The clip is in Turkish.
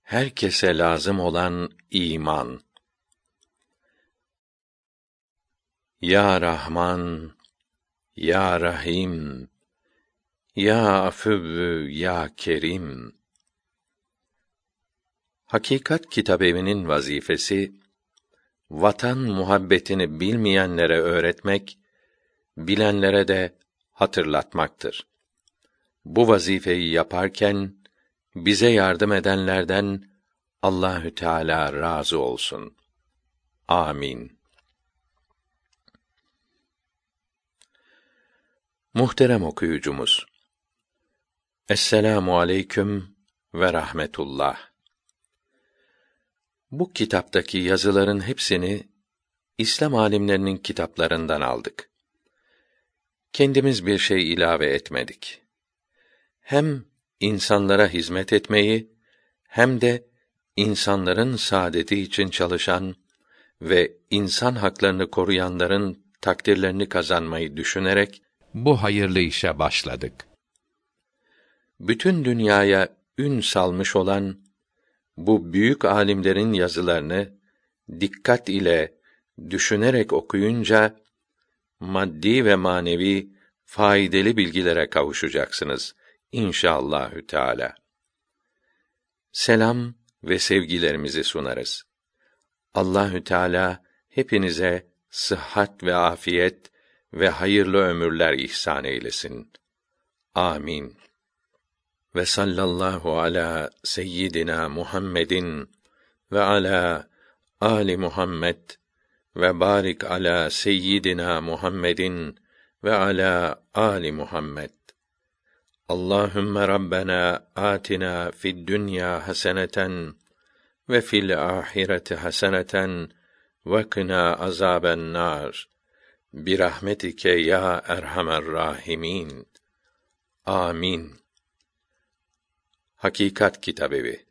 herkese lazım olan iman. Ya Rahman, Ya Rahim, Ya Afuvvü, Ya Kerim. Hakikat Kitabevi'nin vazifesi, vatan muhabbetini bilmeyenlere öğretmek, bilenlere de hatırlatmaktır. Bu vazifeyi yaparken, bize yardım edenlerden Allahü Teala razı olsun. Amin. Muhterem okuyucumuz, Esselamu aleyküm ve rahmetullah. Bu kitaptaki yazıların hepsini İslam alimlerinin kitaplarından aldık. Kendimiz bir şey ilave etmedik. Hem insanlara hizmet etmeyi, hem de insanların saadeti için çalışan ve insan haklarını koruyanların takdirlerini kazanmayı düşünerek bu hayırlı işe başladık. Bütün dünyaya ün salmış olan bu büyük alimlerin yazılarını dikkat ile düşünerek okuyunca maddi ve manevi faydalı bilgilere kavuşacaksınız İnşallahü Teala. Selam ve sevgilerimizi sunarız. Allahü Teala hepinize sıhhat ve afiyet ve hayırlı ömürler ihsan eylesin. Amin. Ve sallallahu ala seyyidina Muhammedin ve ala ali Muhammed ve barik ala seyyidina Muhammedin ve ala ali Muhammed. Allahümme Rabbena atina fid dünya haseneten ve fil ahireti haseneten ve kına azaben nar. Birahmetike ya erhamer rahimin. Amin. Hakikat Kitabevi